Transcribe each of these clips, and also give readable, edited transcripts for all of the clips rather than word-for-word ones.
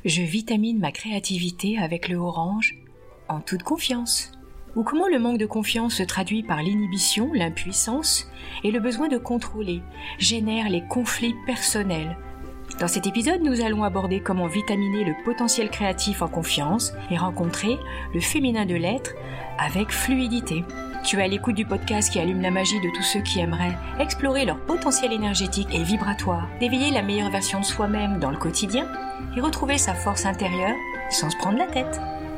Je vitamine ma créativité avec le orange en toute confiance. Ou comment le manque de confiance se traduit par l'inhibition, l'impuissance et le besoin de contrôler, génère les conflits personnels. Dans cet épisode, nous allons aborder comment vitaminer le potentiel créatif en confiance et rencontrer le féminin de l'être avec fluidité. Tu es à l'écoute du podcast qui allume la magie de tous ceux qui aimeraient explorer leur potentiel énergétique et vibratoire, d'éveiller la meilleure version de soi-même dans le quotidien et retrouver sa force intérieure sans se prendre la tête.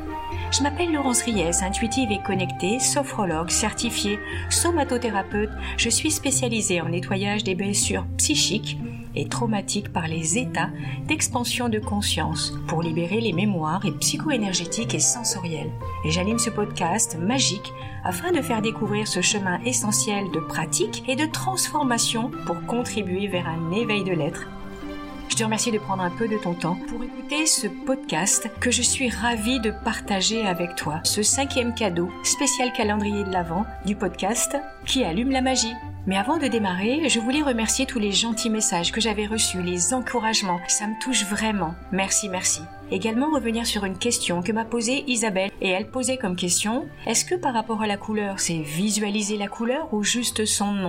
Je m'appelle Laurence Riès, intuitive et connectée, sophrologue, certifiée, somatothérapeute. Je suis spécialisée en nettoyage des blessures psychiques et traumatiques par les états d'expansion de conscience pour libérer les mémoires et psycho-énergétiques et sensorielles. Et j'anime ce podcast magique afin de faire découvrir ce chemin essentiel de pratique et de transformation pour contribuer vers un éveil de l'être. Je te remercie de prendre un peu de ton temps pour écouter ce podcast que je suis ravie de partager avec toi. Ce 5e cadeau, spécial calendrier de l'Avent du podcast qui allume la magie. Mais avant de démarrer, je voulais remercier tous les gentils messages que j'avais reçus, les encouragements. Ça me touche vraiment. Merci. Également revenir sur une question que m'a posée Isabelle. Et elle posait comme question, est-ce que par rapport à la couleur, c'est visualiser la couleur ou juste son nom ?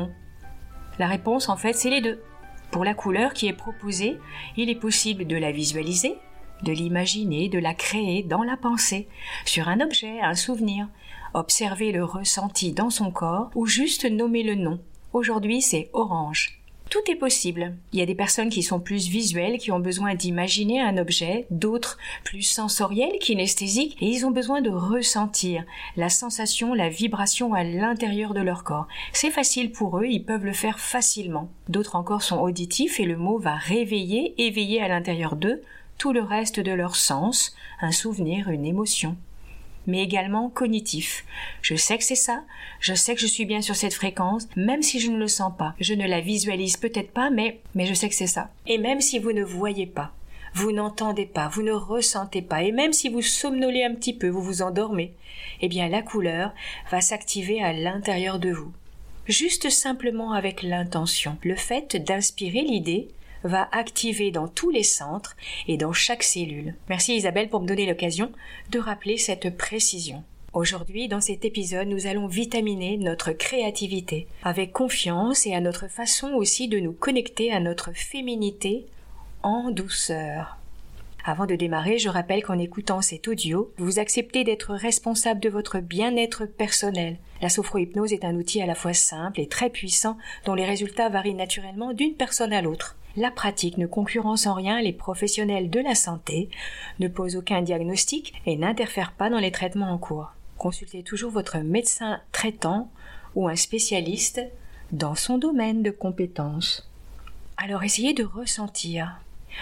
La réponse, en fait, c'est les deux. Pour la couleur qui est proposée, il est possible de la visualiser, de l'imaginer, de la créer dans la pensée, sur un objet, un souvenir, observer le ressenti dans son corps ou juste nommer le nom. Aujourd'hui, c'est orange. Tout est possible. Il y a des personnes qui sont plus visuelles, qui ont besoin d'imaginer un objet, d'autres plus sensorielles, kinesthésiques, et ils ont besoin de ressentir la sensation, la vibration à l'intérieur de leur corps. C'est facile pour eux, ils peuvent le faire facilement. D'autres encore sont auditifs et le mot va réveiller, éveiller à l'intérieur d'eux tout le reste de leur sens, un souvenir, une émotion. Mais également cognitif. Je sais que c'est ça, je sais que je suis bien sur cette fréquence, même si je ne le sens pas. Je ne la visualise peut-être pas, mais je sais que c'est ça. Et même si vous ne voyez pas, vous n'entendez pas, vous ne ressentez pas, et même si vous somnolez un petit peu, vous vous endormez, eh bien la couleur va s'activer à l'intérieur de vous. Juste simplement avec l'intention. Le fait d'inspirer l'idée va activer dans tous les centres et dans chaque cellule. Merci Isabelle pour me donner l'occasion de rappeler cette précision. Aujourd'hui, dans cet épisode, nous allons vitaminer notre créativité avec confiance et à notre façon aussi de nous connecter à notre féminité en douceur. Avant de démarrer, je rappelle qu'en écoutant cet audio, vous acceptez d'être responsable de votre bien-être personnel. La sophrohypnose est un outil à la fois simple et très puissant dont les résultats varient naturellement d'une personne à l'autre. La pratique ne concurrence en rien les professionnels de la santé, ne pose aucun diagnostic et n'interfère pas dans les traitements en cours. Consultez toujours votre médecin traitant ou un spécialiste dans son domaine de compétence. Alors essayez de ressentir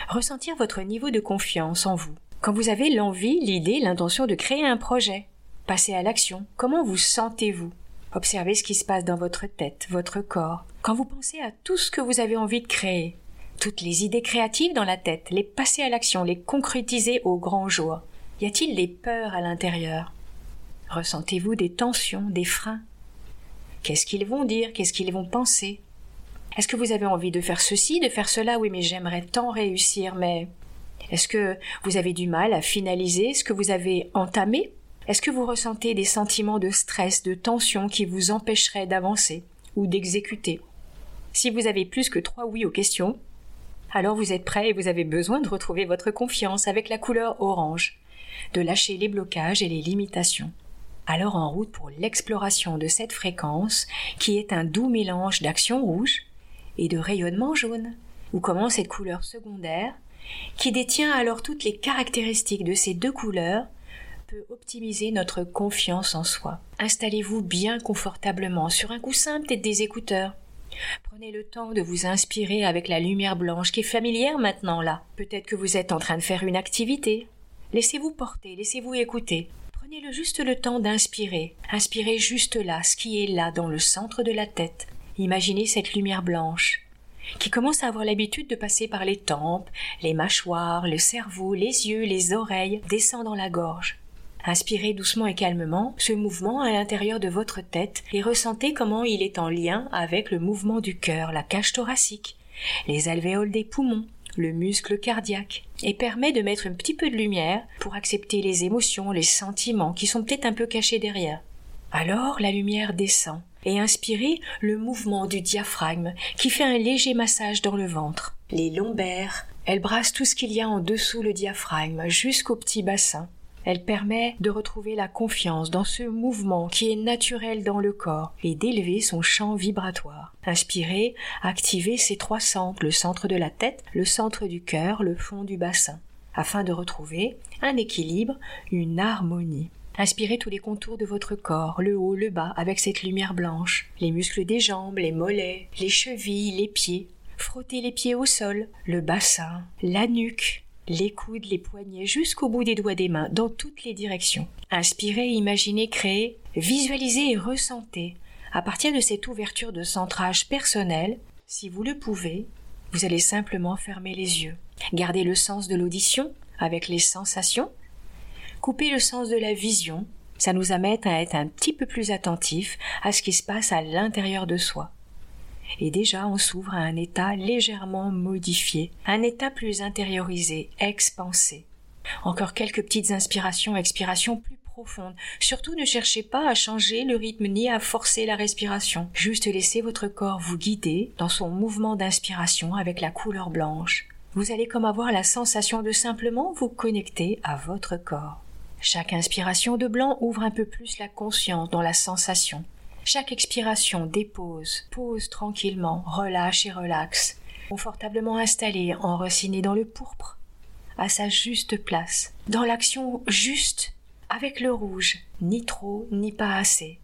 votre niveau de confiance en vous. Quand vous avez l'envie, l'idée, l'intention de créer un projet, passez à l'action. Comment vous sentez-vous ? Observez ce qui se passe dans votre tête, votre corps. Quand vous pensez à tout ce que vous avez envie de créer, toutes les idées créatives dans la tête, les passer à l'action, les concrétiser au grand jour. Y a-t-il des peurs à l'intérieur ? Ressentez-vous des tensions, des freins ? Qu'est-ce qu'ils vont dire ? Qu'est-ce qu'ils vont penser ? Est-ce que vous avez envie de faire ceci, de faire cela ? Oui, mais j'aimerais tant réussir, mais... Est-ce que vous avez du mal à finaliser ce que vous avez entamé ? Est-ce que vous ressentez des sentiments de stress, de tension qui vous empêcheraient d'avancer ou d'exécuter ? Si vous avez plus que 3 oui aux questions, alors vous êtes prêt et vous avez besoin de retrouver votre confiance avec la couleur orange, de lâcher les blocages et les limitations. Alors en route pour l'exploration de cette fréquence qui est un doux mélange d'action rouge et de rayonnement jaune, ou comment cette couleur secondaire, qui détient alors toutes les caractéristiques de ces deux couleurs, peut optimiser notre confiance en soi. Installez-vous bien confortablement sur un coussin, peut-être des écouteurs. Prenez le temps de vous inspirer avec la lumière blanche qui est familière maintenant là. Peut-être que vous êtes en train de faire une activité. Laissez-vous porter, laissez-vous écouter. Prenez juste le temps d'inspirer. Inspirez juste là, ce qui est là dans le centre de la tête. Imaginez cette lumière blanche qui commence à avoir l'habitude de passer par les tempes, les mâchoires, le cerveau, les yeux, les oreilles, descend dans la gorge. Inspirez doucement et calmement ce mouvement à l'intérieur de votre tête et ressentez comment il est en lien avec le mouvement du cœur, la cage thoracique, les alvéoles des poumons, le muscle cardiaque, et permet de mettre un petit peu de lumière pour accepter les émotions, les sentiments qui sont peut-être un peu cachés derrière. Alors la lumière descend et inspirez le mouvement du diaphragme qui fait un léger massage dans le ventre. Les lombaires, elle brasse tout ce qu'il y a en dessous le diaphragme jusqu'au petit bassin. Elle permet de retrouver la confiance dans ce mouvement qui est naturel dans le corps et d'élever son champ vibratoire. Inspirez, activez ces 3 centres, le centre de la tête, le centre du cœur, le fond du bassin, afin de retrouver un équilibre, une harmonie. Inspirez tous les contours de votre corps, le haut, le bas, avec cette lumière blanche, les muscles des jambes, les mollets, les chevilles, les pieds. Frottez les pieds au sol, le bassin, la nuque, les coudes, les poignets, jusqu'au bout des doigts des mains, dans toutes les directions. Inspirez, imaginez, créez, visualisez et ressentez. À partir de cette ouverture de centrage personnel, si vous le pouvez, vous allez simplement fermer les yeux. Gardez le sens de l'audition avec les sensations. Coupez le sens de la vision. Ça nous amène à être un petit peu plus attentifs à ce qui se passe à l'intérieur de soi. Et déjà on s'ouvre à un état légèrement modifié, un état plus intériorisé, expansé. Encore quelques petites inspirations, expirations plus profondes. Surtout ne cherchez pas à changer le rythme ni à forcer la respiration. Juste laissez votre corps vous guider dans son mouvement d'inspiration avec la couleur blanche. Vous allez comme avoir la sensation de simplement vous connecter à votre corps. Chaque inspiration de blanc ouvre un peu plus la conscience dans la sensation. Chaque expiration dépose, pose tranquillement, relâche et relaxe, confortablement installé, enraciné dans le pourpre, à sa juste place, dans l'action juste, avec le rouge, ni trop, ni pas assez.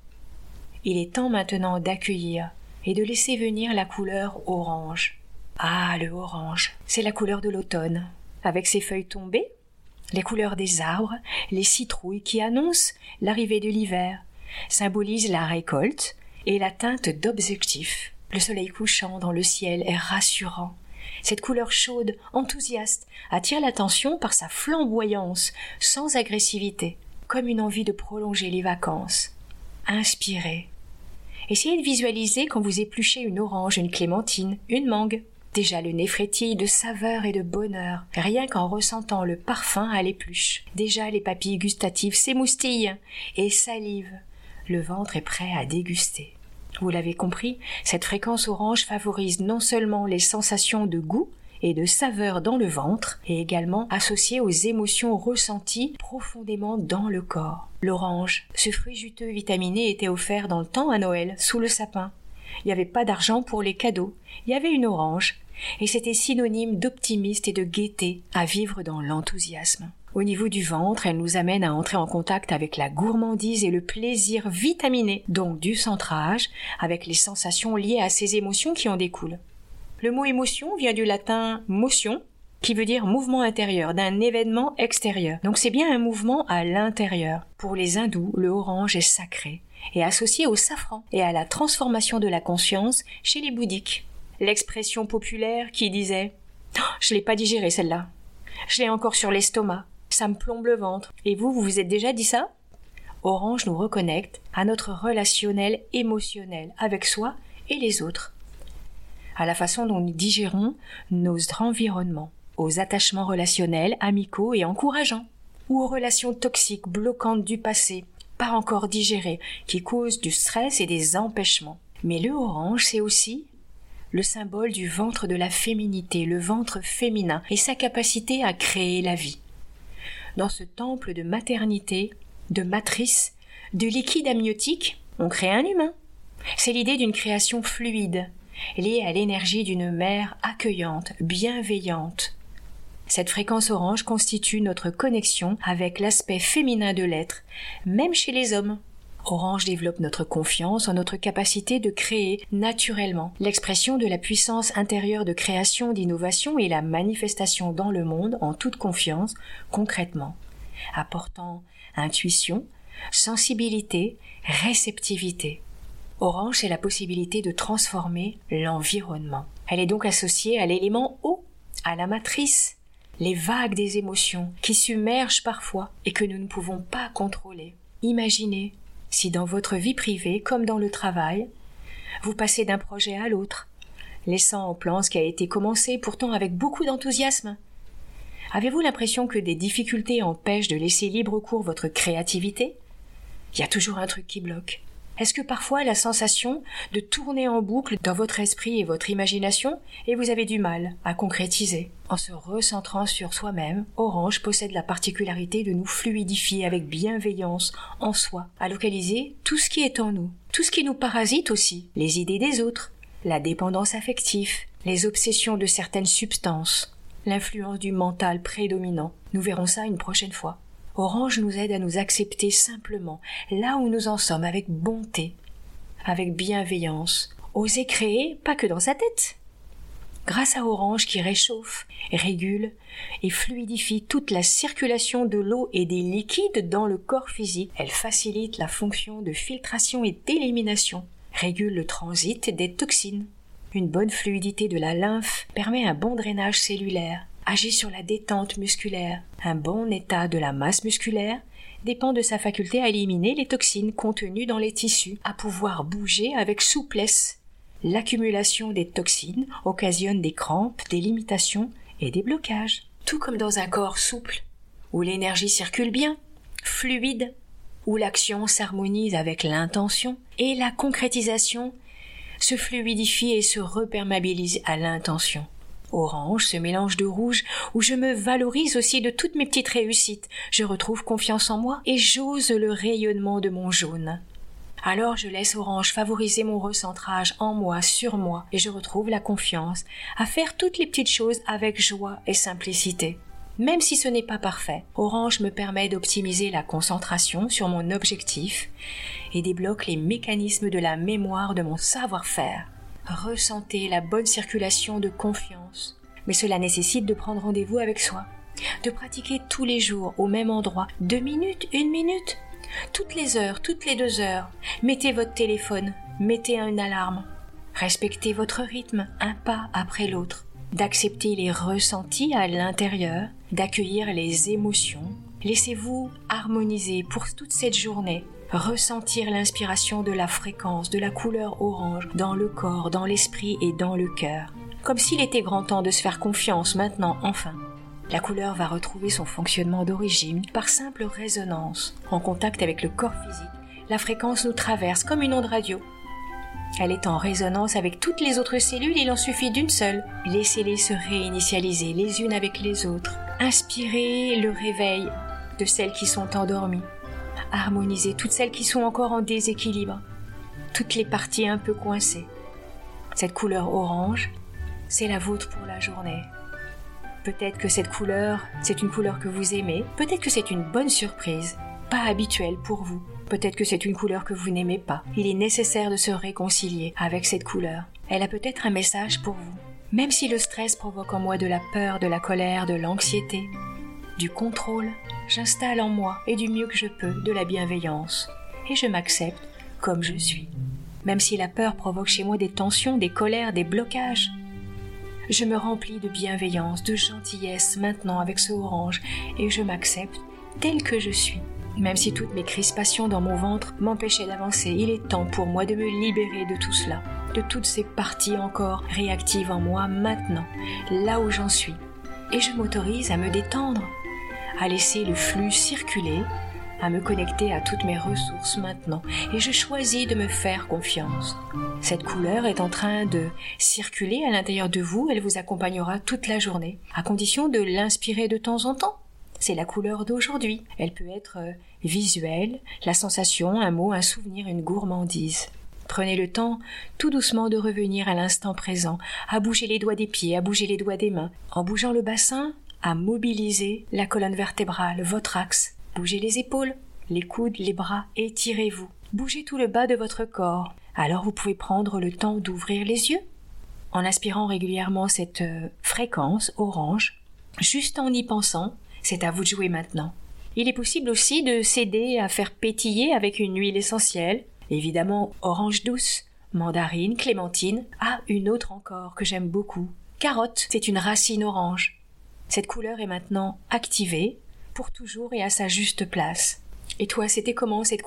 Il est temps maintenant d'accueillir et de laisser venir la couleur orange. Ah, le orange, c'est la couleur de l'automne, avec ses feuilles tombées, les couleurs des arbres, les citrouilles qui annoncent l'arrivée de l'hiver, symbolise la récolte et la teinte d'objectif. Le soleil couchant dans le ciel est rassurant. Cette couleur chaude, enthousiaste, attire l'attention par sa flamboyance, sans agressivité, comme une envie de prolonger les vacances. Inspirez. Essayez de visualiser quand vous épluchez une orange, une clémentine, une mangue. Déjà le nez frétille de saveur et de bonheur, rien qu'en ressentant le parfum à l'épluche. Déjà les papilles gustatives s'émoustillent et salivent. Le ventre est prêt à déguster. Vous l'avez compris, cette fréquence orange favorise non seulement les sensations de goût et de saveur dans le ventre, et également associée aux émotions ressenties profondément dans le corps. L'orange, ce fruit juteux vitaminé, était offert dans le temps à Noël, sous le sapin. Il n'y avait pas d'argent pour les cadeaux, il y avait une orange, et c'était synonyme d'optimisme et de gaieté, à vivre dans l'enthousiasme. Au niveau du ventre, elle nous amène à entrer en contact avec la gourmandise et le plaisir vitaminé, donc du centrage, avec les sensations liées à ces émotions qui en découlent. Le mot émotion vient du latin motion, qui veut dire mouvement intérieur, d'un événement extérieur. Donc c'est bien un mouvement à l'intérieur. Pour les hindous, le orange est sacré et associé au safran et à la transformation de la conscience chez les bouddhiques. L'expression populaire qui disait « Je l'ai pas digéré celle-là, je l'ai encore sur l'estomac, ça me plombe le ventre. » Et vous vous êtes déjà dit ça? Orange nous reconnecte à notre relationnel émotionnel avec soi et les autres, à la façon dont nous digérons nos environnements, aux attachements relationnels, amicaux et encourageants, ou aux relations toxiques bloquantes du passé, pas encore digérées, qui causent du stress et des empêchements. Mais le orange, c'est aussi le symbole du ventre de la féminité, le ventre féminin et sa capacité à créer la vie. Dans ce temple de maternité, de matrice, de liquide amniotique, on crée un humain. C'est l'idée d'une création fluide, liée à l'énergie d'une mère accueillante, bienveillante. Cette fréquence orange constitue notre connexion avec l'aspect féminin de l'être, même chez les hommes. Orange développe notre confiance en notre capacité de créer naturellement, l'expression de la puissance intérieure de création, d'innovation et la manifestation dans le monde en toute confiance, concrètement, apportant intuition, sensibilité, réceptivité. Orange, c'est la possibilité de transformer l'environnement. Elle est donc associée à l'élément eau, à la matrice, les vagues des émotions qui submergent parfois et que nous ne pouvons pas contrôler. Imaginez si dans votre vie privée, comme dans le travail, vous passez d'un projet à l'autre, laissant en plan ce qui a été commencé pourtant avec beaucoup d'enthousiasme. Avez-vous l'impression que des difficultés empêchent de laisser libre cours votre créativité? Il y a toujours un truc qui bloque. Est-ce que parfois la sensation de tourner en boucle dans votre esprit et votre imagination et vous avez du mal à concrétiser? En se recentrant sur soi-même, Orange possède la particularité de nous fluidifier avec bienveillance en soi, à localiser tout ce qui est en nous, tout ce qui nous parasite aussi, les idées des autres, la dépendance affective, les obsessions de certaines substances, l'influence du mental prédominant. Nous verrons ça une prochaine fois. Orange nous aide à nous accepter simplement, là où nous en sommes, avec bonté, avec bienveillance. Oser créer, pas que dans sa tête. Grâce à Orange qui réchauffe, régule et fluidifie toute la circulation de l'eau et des liquides dans le corps physique, elle facilite la fonction de filtration et d'élimination, régule le transit des toxines. Une bonne fluidité de la lymphe permet un bon drainage cellulaire, agit sur la détente musculaire. Un bon état de la masse musculaire dépend de sa faculté à éliminer les toxines contenues dans les tissus, à pouvoir bouger avec souplesse. L'accumulation des toxines occasionne des crampes, des limitations et des blocages. Tout comme dans un corps souple, où l'énergie circule bien, fluide, où l'action s'harmonise avec l'intention et la concrétisation se fluidifie et se reperméabilise à l'intention. Orange, ce mélange de rouge où je me valorise aussi de toutes mes petites réussites. Je retrouve confiance en moi et j'ose le rayonnement de mon jaune. Alors je laisse Orange favoriser mon recentrage en moi, sur moi, et je retrouve la confiance à faire toutes les petites choses avec joie et simplicité. Même si ce n'est pas parfait, Orange me permet d'optimiser la concentration sur mon objectif et débloque les mécanismes de la mémoire de mon savoir-faire. Ressentez la bonne circulation de confiance, mais cela nécessite de prendre rendez-vous avec soi, de pratiquer tous les jours au même endroit, 2 minutes, 1 minute, toutes les heures, toutes les 2 heures. Mettez votre téléphone, mettez une alarme, respectez votre rythme, un pas après l'autre, d'accepter les ressentis à l'intérieur, d'accueillir les émotions. Laissez-vous harmoniser pour toute cette journée. Ressentir l'inspiration de la fréquence, de la couleur orange dans le corps, dans l'esprit et dans le cœur. Comme s'il était grand temps de se faire confiance maintenant, enfin. La couleur va retrouver son fonctionnement d'origine par simple résonance. En contact avec le corps physique, la fréquence nous traverse comme une onde radio. Elle est en résonance avec toutes les autres cellules, il en suffit d'une seule. Laissez-les se réinitialiser les unes avec les autres. Inspirez le réveil de celles qui sont endormies. Harmonisez toutes celles qui sont encore en déséquilibre, toutes les parties un peu coincées. Cette couleur orange, c'est la vôtre pour la journée. Peut-être que cette couleur, c'est une couleur que vous aimez, peut-être que c'est une bonne surprise, pas habituelle pour vous. Peut-être que c'est une couleur que vous n'aimez pas. Il est nécessaire de se réconcilier avec cette couleur. Elle a peut-être un message pour vous. Même si le stress provoque en moi de la peur, de la colère, de l'anxiété, du contrôle, j'installe en moi, et du mieux que je peux, de la bienveillance. Et je m'accepte comme je suis. Même si la peur provoque chez moi des tensions, des colères, des blocages, je me remplis de bienveillance, de gentillesse maintenant avec ce orange, et je m'accepte tel que je suis. Même si toutes mes crispations dans mon ventre m'empêchaient d'avancer, il est temps pour moi de me libérer de tout cela, de toutes ces parties encore réactives en moi maintenant, là où j'en suis. Et je m'autorise à me détendre, à laisser le flux circuler, à me connecter à toutes mes ressources maintenant, et je choisis de me faire confiance. Cette couleur est en train de circuler à l'intérieur de vous, elle vous accompagnera toute la journée, à condition de l'inspirer de temps en temps. C'est la couleur d'aujourd'hui. Elle peut être visuelle, la sensation, un mot, un souvenir, une gourmandise. Prenez le temps, tout doucement, de revenir à l'instant présent, à bouger les doigts des pieds, à bouger les doigts des mains. En bougeant le bassin, à mobiliser la colonne vertébrale, votre axe. Bougez les épaules, les coudes, les bras, étirez-vous. Bougez tout le bas de votre corps. Alors vous pouvez prendre le temps d'ouvrir les yeux. En aspirant régulièrement cette fréquence orange, juste en y pensant, c'est à vous de jouer maintenant. Il est possible aussi de s'aider à faire pétiller avec une huile essentielle, évidemment orange douce, mandarine, clémentine, une autre encore que j'aime beaucoup. Carotte, c'est une racine orange. Cette couleur est maintenant activée, pour toujours et à sa juste place. Et toi, c'était comment cette couleur ?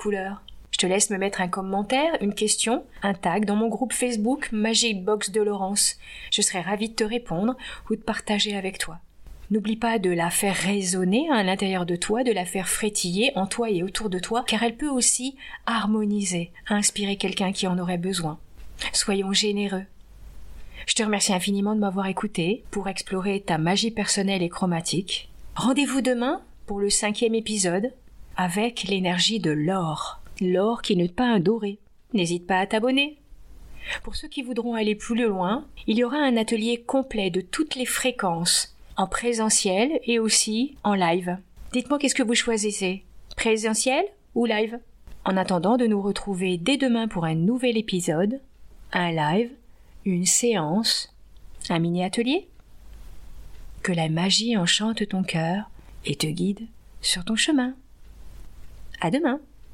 Je te laisse me mettre un commentaire, une question, un tag dans mon groupe Facebook Magic Box de Laurence. Je serai ravie de te répondre ou de partager avec toi. N'oublie pas de la faire résonner à l'intérieur de toi, de la faire frétiller en toi et autour de toi, car elle peut aussi harmoniser, inspirer quelqu'un qui en aurait besoin. Soyons généreux. Je te remercie infiniment de m'avoir écouté pour explorer ta magie personnelle et chromatique. Rendez-vous demain pour le 5e épisode avec l'énergie de l'or. L'or qui n'est pas un doré. N'hésite pas à t'abonner. Pour ceux qui voudront aller plus loin, il y aura un atelier complet de toutes les fréquences, en présentiel et aussi en live. Dites-moi qu'est-ce que vous choisissez, présentiel ou live? En attendant de nous retrouver dès demain pour un nouvel épisode, un live, une séance, un mini-atelier. Que la magie enchante ton cœur et te guide sur ton chemin. À demain!